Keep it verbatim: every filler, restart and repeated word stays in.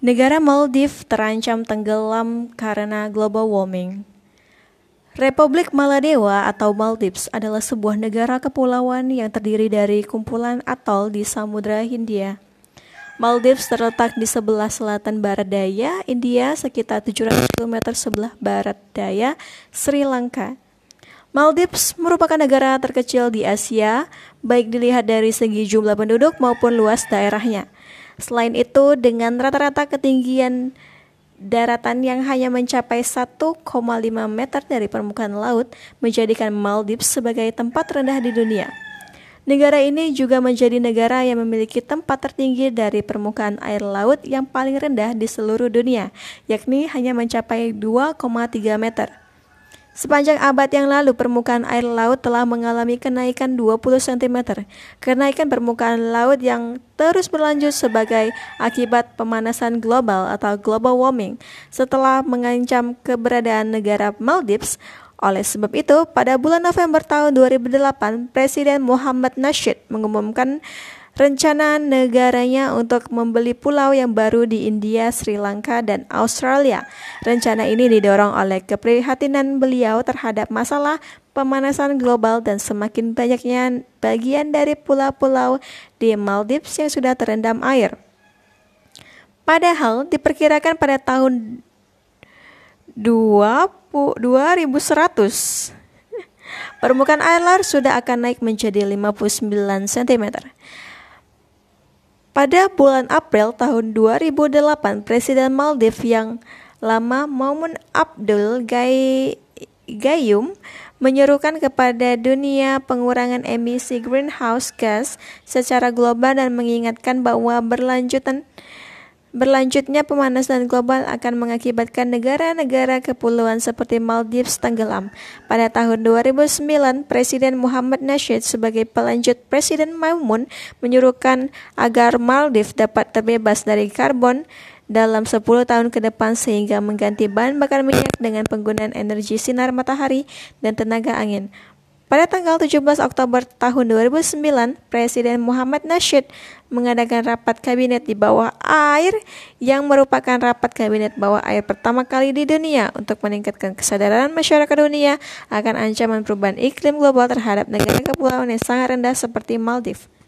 Negara Maldives terancam tenggelam karena global warming. Republik Maladewa atau Maldives adalah sebuah negara kepulauan yang terdiri dari kumpulan atol di Samudra Hindia. Maldives terletak di sebelah selatan barat daya India, sekitar tujuh ratus kilometer sebelah barat daya Sri Lanka. Maldives merupakan negara terkecil di Asia, baik dilihat dari segi jumlah penduduk maupun luas daerahnya. Selain itu, dengan rata-rata ketinggian daratan yang hanya mencapai satu koma lima meter dari permukaan laut, menjadikan Maldives sebagai tempat rendah di dunia. Negara ini juga menjadi negara yang memiliki tempat tertinggi dari permukaan air laut yang paling rendah di seluruh dunia, yakni hanya mencapai dua koma tiga meter. Sepanjang abad yang lalu, permukaan air laut telah mengalami kenaikan dua puluh sentimeter. Kenaikan permukaan laut yang terus berlanjut sebagai akibat pemanasan global atau global warming setelah mengancam keberadaan negara Maldives. Oleh sebab itu, pada bulan November tahun dua ribu delapan, Presiden Mohammad Nasheed mengumumkan rencana negaranya untuk membeli pulau yang baru di India, Sri Lanka, dan Australia. Rencana ini didorong oleh keprihatinan beliau terhadap masalah pemanasan global dan semakin banyaknya bagian dari pulau-pulau di Maldives yang sudah terendam air. Padahal diperkirakan pada tahun dua ribu seratus permukaan air laut sudah akan naik menjadi lima puluh sembilan sentimeter. Pada bulan April tahun dua ribu delapan, Presiden Maldives yang lama Maumoon Abdul Gayoom menyerukan kepada dunia pengurangan emisi greenhouse gas secara global dan mengingatkan bahwa berlanjutan Berlanjutnya pemanasan global akan mengakibatkan negara-negara kepulauan seperti Maldives tenggelam. Pada tahun dua ribu sembilan, Presiden Mohammad Nasheed sebagai pelanjut Presiden Maumoon menyuruhkan agar Maldives dapat terbebas dari karbon dalam sepuluh tahun ke depan sehingga mengganti bahan bakar minyak dengan penggunaan energi sinar matahari dan tenaga angin. Pada tanggal tujuh belas Oktober tahun dua ribu sembilan, Presiden Mohammad Nasheed mengadakan rapat kabinet di bawah air yang merupakan rapat kabinet bawah air pertama kali di dunia untuk meningkatkan kesadaran masyarakat dunia akan ancaman perubahan iklim global terhadap negara kepulauan yang sangat rendah seperti Maldives.